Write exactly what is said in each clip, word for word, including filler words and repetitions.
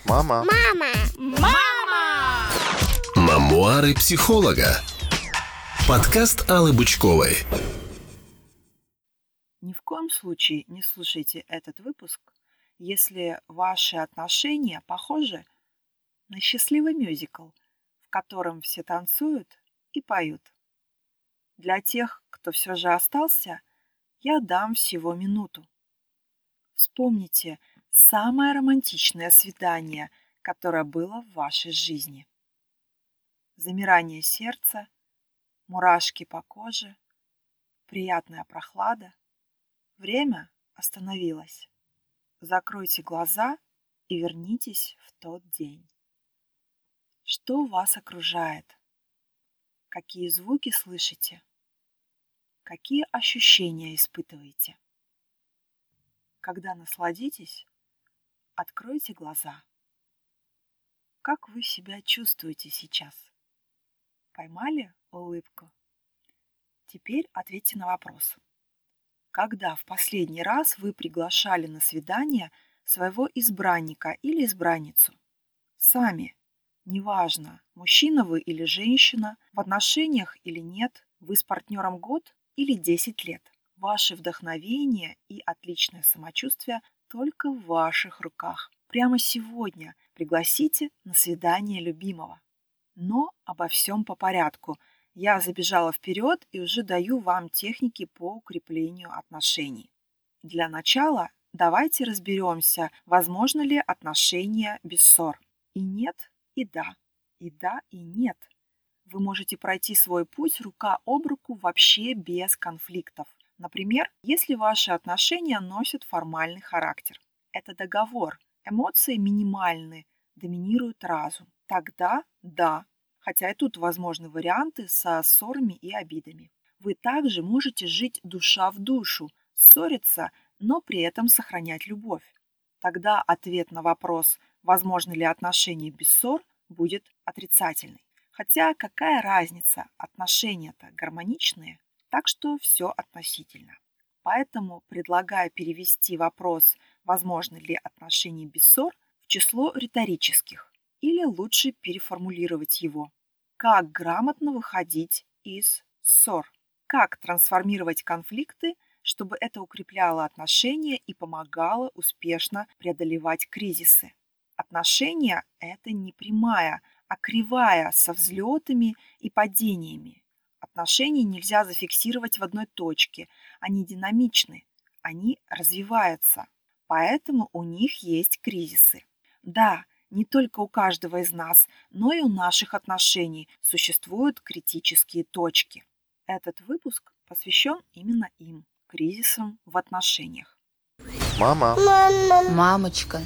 Мама. Мама. Мама! Мемуары психолога. Подкаст Аллы Бычковой. Ни в коем случае не слушайте этот выпуск, если ваши отношения похожи на счастливый мюзикл, в котором все танцуют и поют. Для тех, кто все же остался, я дам всего минуту. Вспомните самое романтичное свидание, которое было в вашей жизни. Замирание сердца, мурашки по коже, приятная прохлада. Время остановилось. Закройте глаза и вернитесь в тот день. Что вас окружает? Какие звуки слышите? Какие ощущения испытываете? Когда насладитесь, откройте глаза. Как вы себя чувствуете сейчас? Поймали улыбку? Теперь ответьте на вопрос. Когда в последний раз вы приглашали на свидание своего избранника или избранницу? Сами. Неважно, мужчина вы или женщина, в отношениях или нет, вы с партнером год или десять лет. Ваше вдохновение и отличное самочувствие только в ваших руках. Прямо сегодня пригласите на свидание любимого. Но обо всем по порядку. Я забежала вперед и уже даю вам техники по укреплению отношений. Для начала давайте разберемся, возможно ли отношения без ссор. И нет, и да, и да, и нет. Вы можете пройти свой путь рука об руку вообще без конфликтов. Например, если ваши отношения носят формальный характер. Это договор, эмоции минимальны, доминирует разум. Тогда да, хотя и тут возможны варианты со ссорами и обидами. Вы также можете жить душа в душу, ссориться, но при этом сохранять любовь. Тогда ответ на вопрос, возможны ли отношения без ссор, будет отрицательный. Хотя какая разница, отношения-то гармоничные, так что все относительно. Поэтому предлагаю перевести вопрос, возможны ли отношения без ссор, в число риторических, или лучше переформулировать его. Как грамотно выходить из ссор? Как трансформировать конфликты, чтобы это укрепляло отношения и помогало успешно преодолевать кризисы? Отношения – это не прямая, а кривая со взлетами и падениями. Отношения нельзя зафиксировать в одной точке, они динамичны, они развиваются, поэтому у них есть кризисы. Да, не только у каждого из нас, но и у наших отношений существуют критические точки. Этот выпуск посвящен именно им, кризисам в отношениях. Мама. Мама. Мамочка.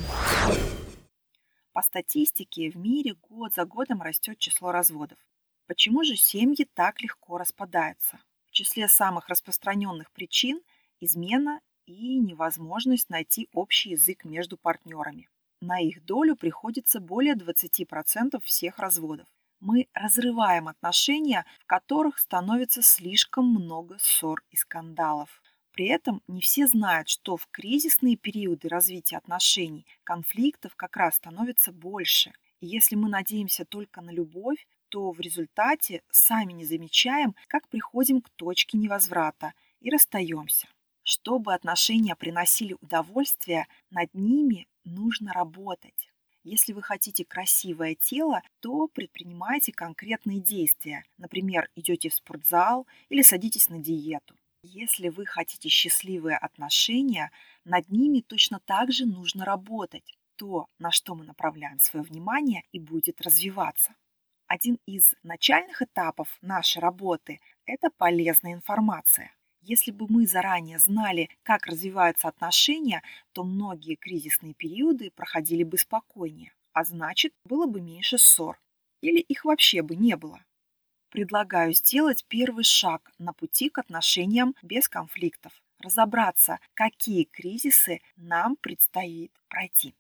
По статистике в мире год за годом растет число разводов. Почему же семьи так легко распадаются? В числе самых распространенных причин – измена и невозможность найти общий язык между партнерами. На их долю приходится более двадцать процентов всех разводов. Мы разрываем отношения, в которых становится слишком много ссор и скандалов. При этом не все знают, что в кризисные периоды развития отношений конфликтов как раз становится больше. И если мы надеемся только на любовь, то в результате сами не замечаем, как приходим к точке невозврата и расстаемся. Чтобы отношения приносили удовольствие, над ними нужно работать. Если вы хотите красивое тело, то предпринимайте конкретные действия. Например, идете в спортзал или садитесь на диету. Если вы хотите счастливые отношения, над ними точно так же нужно работать. То, на что мы направляем свое внимание, и будет развиваться. Один из начальных этапов нашей работы – это полезная информация. Если бы мы заранее знали, как развиваются отношения, то многие кризисные периоды проходили бы спокойнее, а значит, было бы меньше ссор. Или их вообще бы не было. Предлагаю сделать первый шаг на пути к отношениям без конфликтов. Разобраться, какие кризисы нам предстоит пройти.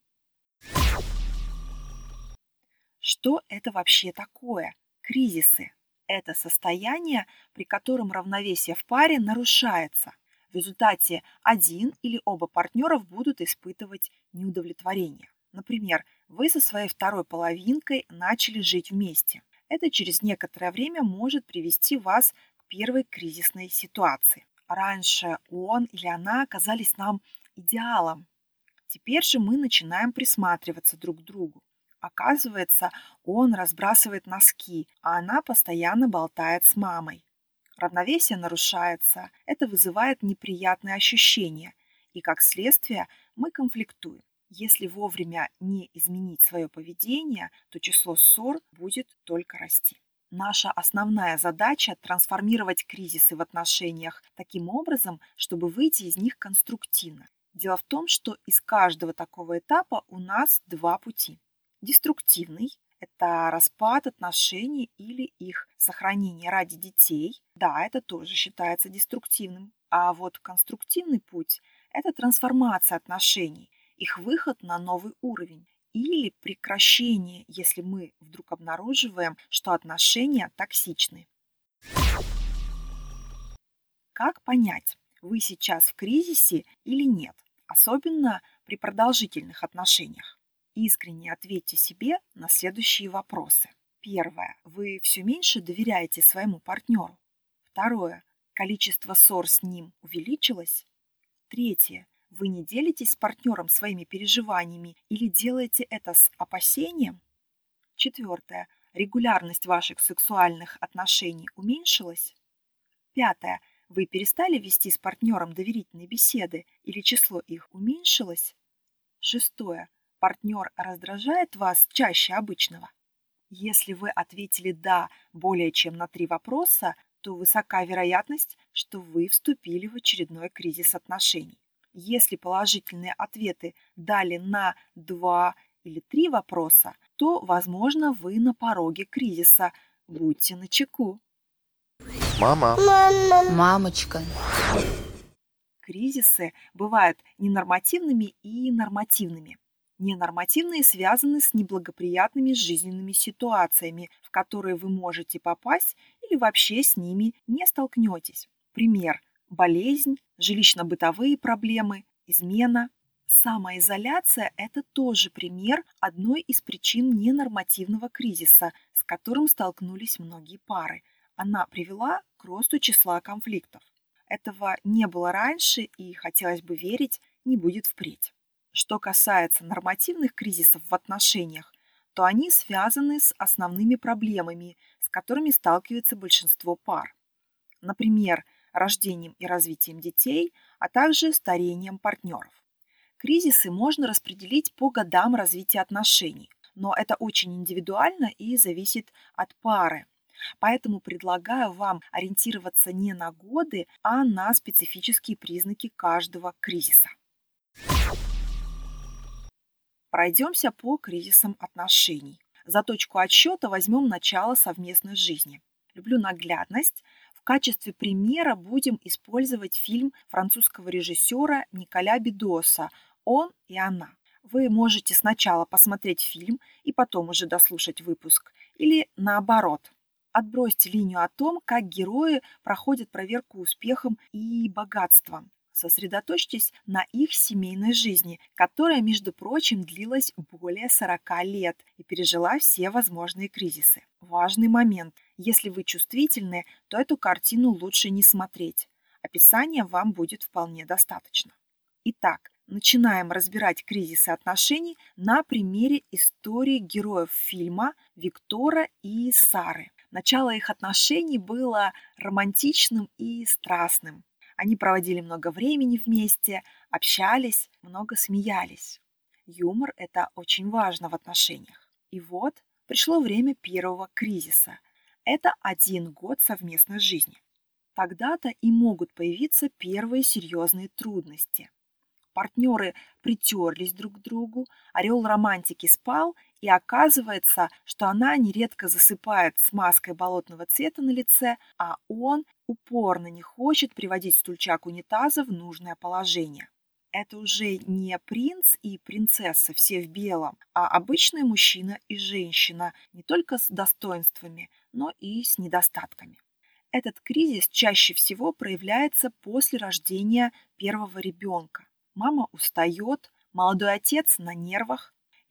Что это вообще такое? Кризисы. Это состояние, при котором равновесие в паре нарушается. В результате один или оба партнеров будут испытывать неудовлетворение. Например, вы со своей второй половинкой начали жить вместе. Это через некоторое время может привести вас к первой кризисной ситуации. Раньше он или она оказались нам идеалом. Теперь же мы начинаем присматриваться друг к другу. Оказывается, он разбрасывает носки, а она постоянно болтает с мамой. Равновесие нарушается, это вызывает неприятные ощущения, и как следствие мы конфликтуем. Если вовремя не изменить свое поведение, то число ссор будет только расти. Наша основная задача – трансформировать кризисы в отношениях таким образом, чтобы выйти из них конструктивно. Дело в том, что из каждого такого этапа у нас два пути. Деструктивный – это распад отношений или их сохранение ради детей. Да, это тоже считается деструктивным. А вот конструктивный путь – это трансформация отношений, их выход на новый уровень или прекращение, если мы вдруг обнаруживаем, что отношения токсичны. Как понять, вы сейчас в кризисе или нет, особенно при продолжительных отношениях? Искренне ответьте себе на следующие вопросы. Первое. Вы все меньше доверяете своему партнеру? Второе. Количество ссор с ним увеличилось? Третье. Вы не делитесь с партнером своими переживаниями или делаете это с опасением? Четвертое. Регулярность ваших сексуальных отношений уменьшилась? Пятое. Вы перестали вести с партнером доверительные беседы или число их уменьшилось? Шестое. Партнер раздражает вас чаще обычного? Если вы ответили «да» более чем на три вопроса, то высока вероятность, что вы вступили в очередной кризис отношений. Если положительные ответы дали на два или три вопроса, то, возможно, вы на пороге кризиса. Будьте начеку. Мама. Мамочка. Кризисы бывают ненормативными и нормативными. Ненормативные связаны с неблагоприятными жизненными ситуациями, в которые вы можете попасть или вообще с ними не столкнетесь. Пример – болезнь, жилищно-бытовые проблемы, измена. Самоизоляция – это тоже пример одной из причин ненормативного кризиса, с которым столкнулись многие пары. Она привела к росту числа конфликтов. Этого не было раньше и, хотелось бы верить, не будет впредь. Что касается нормативных кризисов в отношениях, то они связаны с основными проблемами, с которыми сталкивается большинство пар. Например, рождением и развитием детей, а также старением партнеров. Кризисы можно распределить по годам развития отношений, но это очень индивидуально и зависит от пары. Поэтому предлагаю вам ориентироваться не на годы, а на специфические признаки каждого кризиса. Пройдемся по кризисам отношений. За точку отсчета возьмем начало совместной жизни. Люблю наглядность. В качестве примера будем использовать фильм французского режиссера Николя Бедоса «Он и она». Вы можете сначала посмотреть фильм и потом уже дослушать выпуск, или наоборот. Отбросьте линию о том, как герои проходят проверку успехом и богатством. Сосредоточьтесь на их семейной жизни, которая, между прочим, длилась более сорока лет и пережила все возможные кризисы. Важный момент. Если вы чувствительны, то эту картину лучше не смотреть. Описания вам будет вполне достаточно. Итак, начинаем разбирать кризисы отношений на примере истории героев фильма Виктора и Сары. Начало их отношений было романтичным и страстным. Они проводили много времени вместе, общались, много смеялись. Юмор – это очень важно в отношениях. И вот пришло время первого кризиса. Это один год совместной жизни. Тогда-то и могут появиться первые серьезные трудности. Партнеры притерлись друг к другу, орел романтики спал, и оказывается, что она нередко засыпает с маской болотного цвета на лице, а он упорно не хочет приводить стульчак унитаза в нужное положение. Это уже не принц и принцесса, все в белом, а обычный мужчина и женщина, не только с достоинствами, но и с недостатками. Этот кризис чаще всего проявляется после рождения первого ребенка. Мама устает, молодой отец на нервах,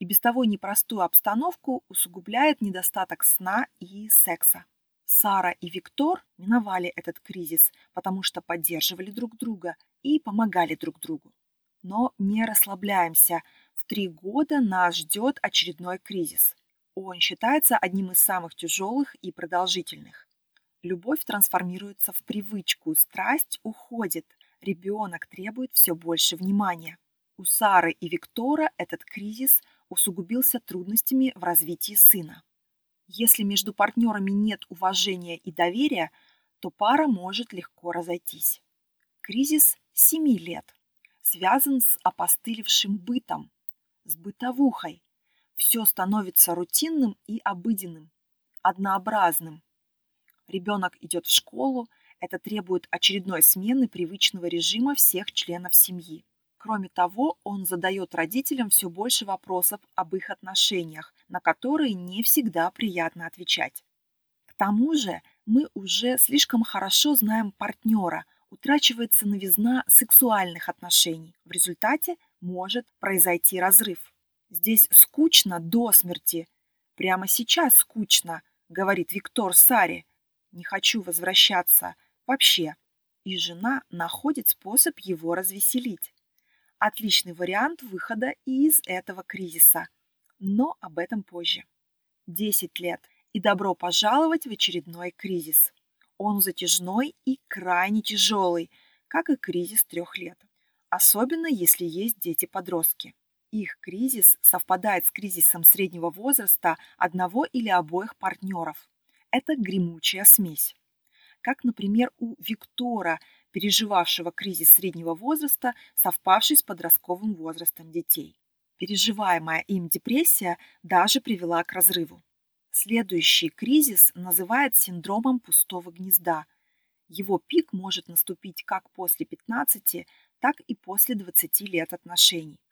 И без того непростую обстановку усугубляет недостаток сна и секса. Сара и Виктор миновали этот кризис, потому что поддерживали друг друга и помогали друг другу. Но не расслабляемся. В три года нас ждет очередной кризис. Он считается одним из самых тяжелых и продолжительных. Любовь трансформируется в привычку, страсть уходит, ребенок требует все больше внимания. У Сары и Виктора этот кризис усугубился трудностями в развитии сына. Если между партнерами нет уважения и доверия, то пара может легко разойтись. Кризис семи лет связан с опостылевшим бытом, с бытовухой. Все становится рутинным и обыденным, однообразным. Ребенок идет в школу, это требует очередной смены привычного режима всех членов семьи. Кроме того, он задает родителям все больше вопросов об их отношениях, на которые не всегда приятно отвечать. К тому же мы уже слишком хорошо знаем партнера, утрачивается новизна сексуальных отношений. В результате может произойти разрыв. Здесь скучно до смерти. Прямо сейчас скучно, говорит Виктор Саре. Не хочу возвращаться вообще. И жена находит способ его развеселить. Отличный вариант выхода из этого кризиса. Но об этом позже. десять лет. И добро пожаловать в очередной кризис. Он затяжной и крайне тяжелый, как и кризис трех лет. Особенно если есть дети-подростки. Их кризис совпадает с кризисом среднего возраста одного или обоих партнеров. Это гремучая смесь. Как, например, у Виктора, переживавшего кризис среднего возраста, совпавший с подростковым возрастом детей. Переживаемая им депрессия даже привела к разрыву. Следующий кризис называют синдромом пустого гнезда. Его пик может наступить как после пятнадцати, так и после двадцати лет отношений.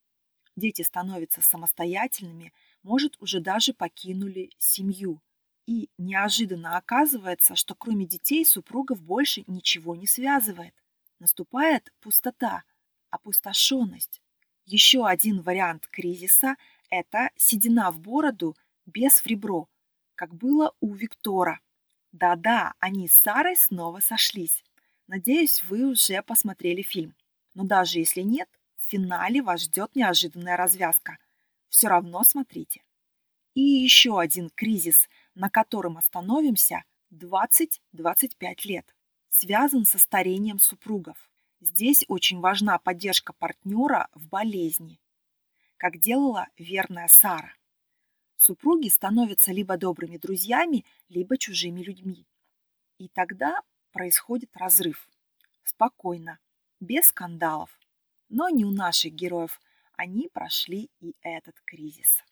Дети становятся самостоятельными, может, уже даже покинули семью. И неожиданно оказывается, что кроме детей супругов больше ничего не связывает. Наступает пустота, опустошенность. Еще один вариант кризиса – это седина в бороду без в ребро, как было у Виктора. Да-да, они с Сарой снова сошлись. Надеюсь, вы уже посмотрели фильм. Но даже если нет, в финале вас ждет неожиданная развязка. Все равно смотрите. И еще один кризис, на котором остановимся, двадцать-двадцать пять лет, связан со старением супругов. Здесь очень важна поддержка партнера в болезни, как делала верная Сара. Супруги становятся либо добрыми друзьями, либо чужими людьми. И тогда происходит разрыв. Спокойно, без скандалов. Но не у наших героев. Они прошли и этот кризис.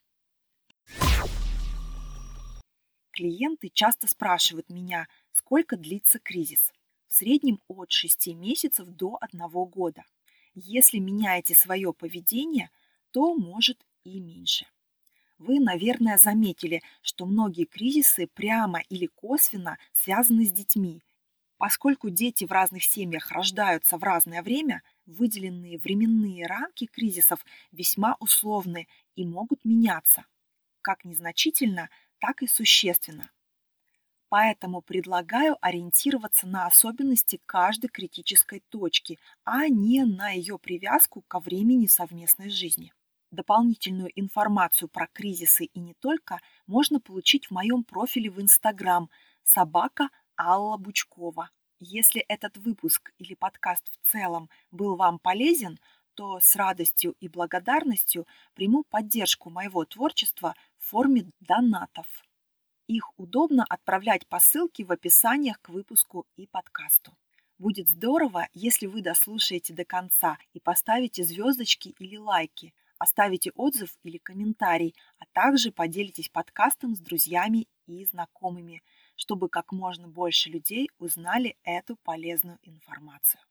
Клиенты часто спрашивают меня, сколько длится кризис. В среднем от шести месяцев до одного года. Если меняете свое поведение, то может и меньше. Вы, наверное, заметили, что многие кризисы прямо или косвенно связаны с детьми. Поскольку дети в разных семьях рождаются в разное время, выделенные временные рамки кризисов весьма условны и могут меняться. Как незначительно, так и существенно. Поэтому предлагаю ориентироваться на особенности каждой критической точки, а не на ее привязку ко времени совместной жизни. Дополнительную информацию про кризисы и не только можно получить в моем профиле в Инстаграм собака Алла Бучкова. Если этот выпуск или подкаст в целом был вам полезен, то с радостью и благодарностью приму поддержку моего творчества в форме донатов. Их удобно отправлять по ссылке в описаниях к выпуску и подкасту. Будет здорово, если вы дослушаете до конца и поставите звездочки или лайки, оставите отзыв или комментарий, а также поделитесь подкастом с друзьями и знакомыми, чтобы как можно больше людей узнали эту полезную информацию.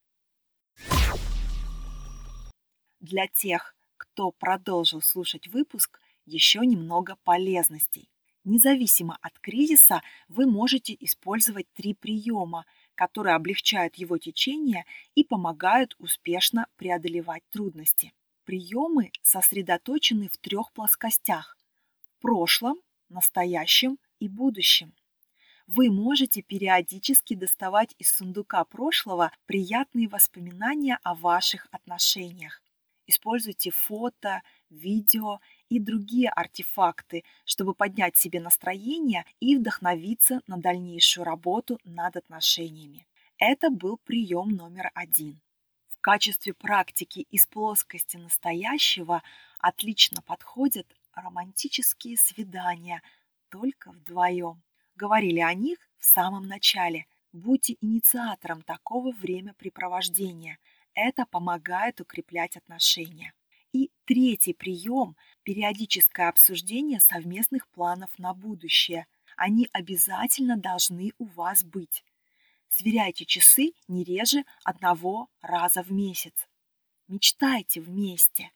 Для тех, кто продолжил слушать выпуск, еще немного полезностей. Независимо от кризиса, вы можете использовать три приема, которые облегчают его течение и помогают успешно преодолевать трудности. приемы сосредоточены в трех плоскостях – в прошлом, настоящем и будущем. Вы можете периодически доставать из сундука прошлого приятные воспоминания о ваших отношениях. Используйте фото, видео и другие артефакты, чтобы поднять себе настроение и вдохновиться на дальнейшую работу над отношениями. Это был прием номер один. В качестве практики из плоскости настоящего отлично подходят романтические свидания только вдвоем. Говорили о них в самом начале. Будьте инициатором такого времяпрепровождения. Это помогает укреплять отношения. И третий прием – периодическое обсуждение совместных планов на будущее. Они обязательно должны у вас быть. Сверяйте часы не реже одного раза в месяц. Мечтайте вместе.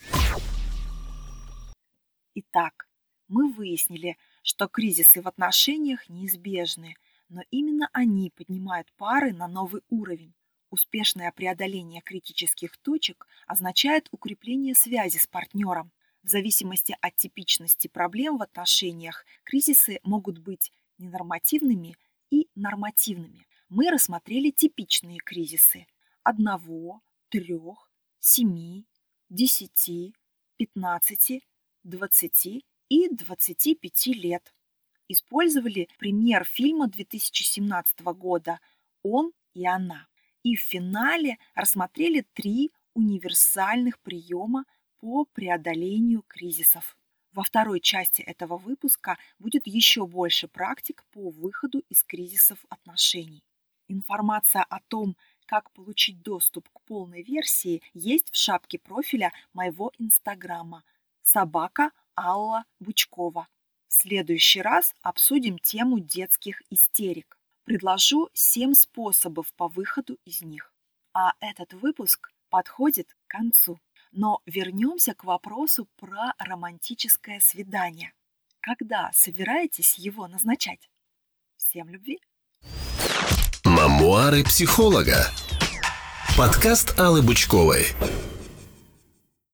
Итак, мы выяснили, что кризисы в отношениях неизбежны, но именно они поднимают пары на новый уровень. Успешное преодоление критических точек означает укрепление связи с партнером. В зависимости от типичности проблем в отношениях, кризисы могут быть ненормативными и нормативными. Мы рассмотрели типичные кризисы – одного, трех, семи, десяти, пятнадцати, двадцати и двадцати пяти лет. Использовали пример фильма две тысячи семнадцатого года «Он и она». И в финале рассмотрели три универсальных приема по преодолению кризисов. Во второй части этого выпуска будет еще больше практик по выходу из кризисов отношений. Информация о том, как получить доступ к полной версии, есть в шапке профиля моего инстаграма собака Алла Бучкова. В следующий раз обсудим тему детских истерик. Предложу семь способов по выходу из них. А этот выпуск подходит к концу. Но вернемся к вопросу про романтическое свидание. Когда собираетесь его назначать? Всем любви! Мемуары психолога. Подкаст Аллы Бучковой.